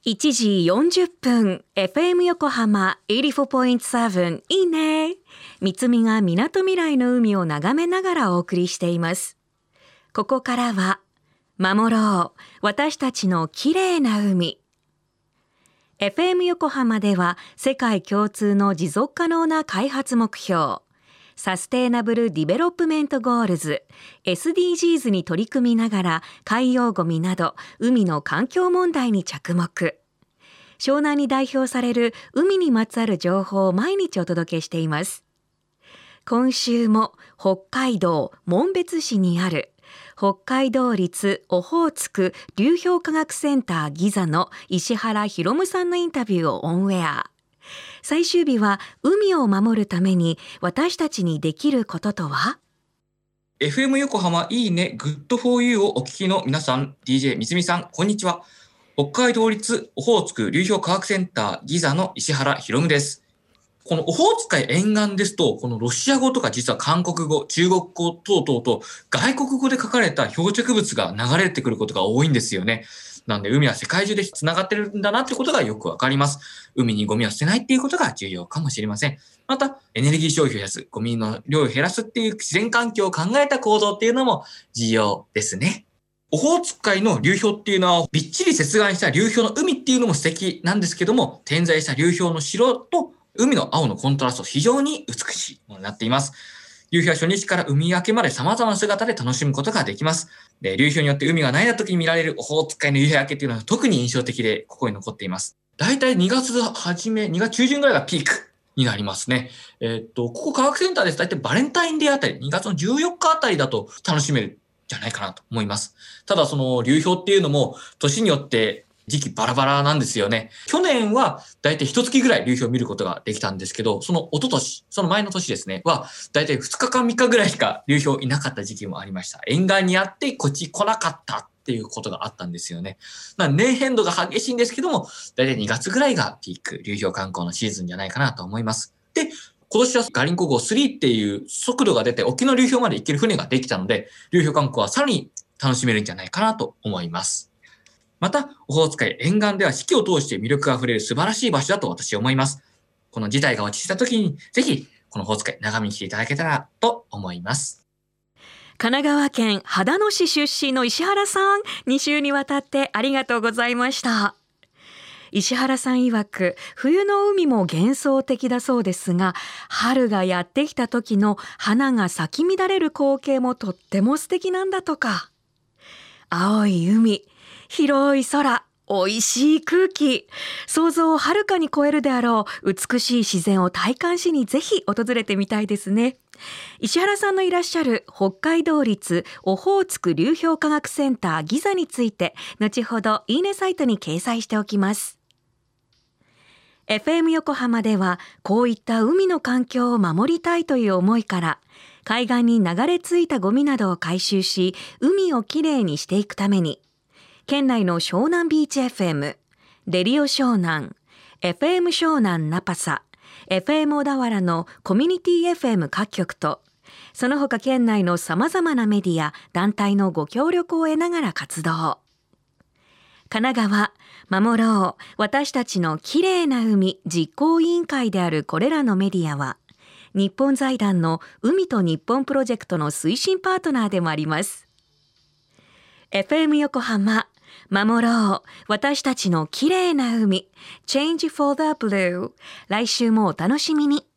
1時40分 FM 横浜 84.7 いいね。三つみがみなとみらいの海を眺めながらお送りしています。ここからは守ろう私たちのきれいな海。 FM 横浜では世界共通の持続可能な開発目標サステイナブル・ディベロップメント・ゴールズ SDGs に取り組みながら海洋ゴミなど海の環境問題に着目。湘南に代表される海にまつわる情報を毎日お届けしています。今週も北海道紋別市にある北海道立オホーツク流氷科学センターギザの石原博夢さんのインタビューをオンエア。最終日は海を守るために私たちにできることとは？ FM 横浜いいね Good for You をお聞きの皆さん、 DJ みつみさん、こんにちは。北海道立オホーツク流氷科学センターギザの石原博夢です。このオホーツク海沿岸ですと、このロシア語とか実は韓国語、中国語等々と外国語で書かれた漂着物が流れてくることが多いんですよね。なんで海は世界中で繋がってるんだなってことがよくわかります。海にゴミを捨てないっていうことが重要かもしれません。また、エネルギー消費を減らす、ゴミの量を減らすっていう自然環境を考えた行動っていうのも重要ですね。オホーツク海の流氷っていうのは、びっちり接岸した流氷の海っていうのも素敵なんですけども、点在した流氷の白と海の青のコントラスト、非常に美しいものになっています。流氷は初日から海明けまで様々な姿で楽しむことができます。で、流氷によって海がないな時に見られるオホーツク海の夕日明けっていうのは特に印象的で心に残っています。だいたい2月初め、2月中旬ぐらいがピークになりますね。ここ科学センターです。だいたいバレンタインデーあたり、2月の14日あたりだと楽しめるんじゃないかなと思います。ただその流氷っていうのも年によって時期バラバラなんですよね。去年はだいたい1月ぐらい流氷を見ることができたんですけど、その一昨年、その前の年ですね、はだいたい2日間3日ぐらいしか流氷いなかった時期もありました。沿岸にあってこっち来なかったっていうことがあったんですよね。年変動が激しいんですけども、だいたい2月ぐらいがピーク、流氷観光のシーズンじゃないかなと思います。で、今年はガリンコ号3っていう速度が出て沖の流氷まで行ける船ができたので、流氷観光はさらに楽しめるんじゃないかなと思います。また、オホーツク海沿岸では四季を通して魅力あふれる素晴らしい場所だと私は思います。この事態が落ち着いた時に、ぜひ、このオホーツク海眺めに来ていただけたらと思います。 神奈川県秦野市出身の石原さん、2週にわたってありがとうございました。石原さん曰く、冬の海も幻想的だそうですが、春がやってきた時の花が咲き乱れる光景もとっても素敵なんだとか。青い海、広い空、美味しい空気、想像をはるかに超えるであろう美しい自然を体感しにぜひ訪れてみたいですね。石原さんのいらっしゃる北海道立オホーツク流氷科学センターギザについて後ほどいいねサイトに掲載しておきます。FM 横浜ではこういった海の環境を守りたいという思いから海岸に流れ着いたゴミなどを回収し海をきれいにしていくために県内の湘南ビーチ FM、レディオ湘南、FM 湘南ナパサ、FM 小田原のコミュニティ FM 各局とその他県内のさまざまなメディア、団体のご協力を得ながら活動。神奈川、守ろう私たちのきれいな海実行委員会であるこれらのメディアは日本財団の海と日本プロジェクトの推進パートナーでもあります。 FM 横浜守ろう私たちのきれいな海 Change for the Blue、 来週もお楽しみに。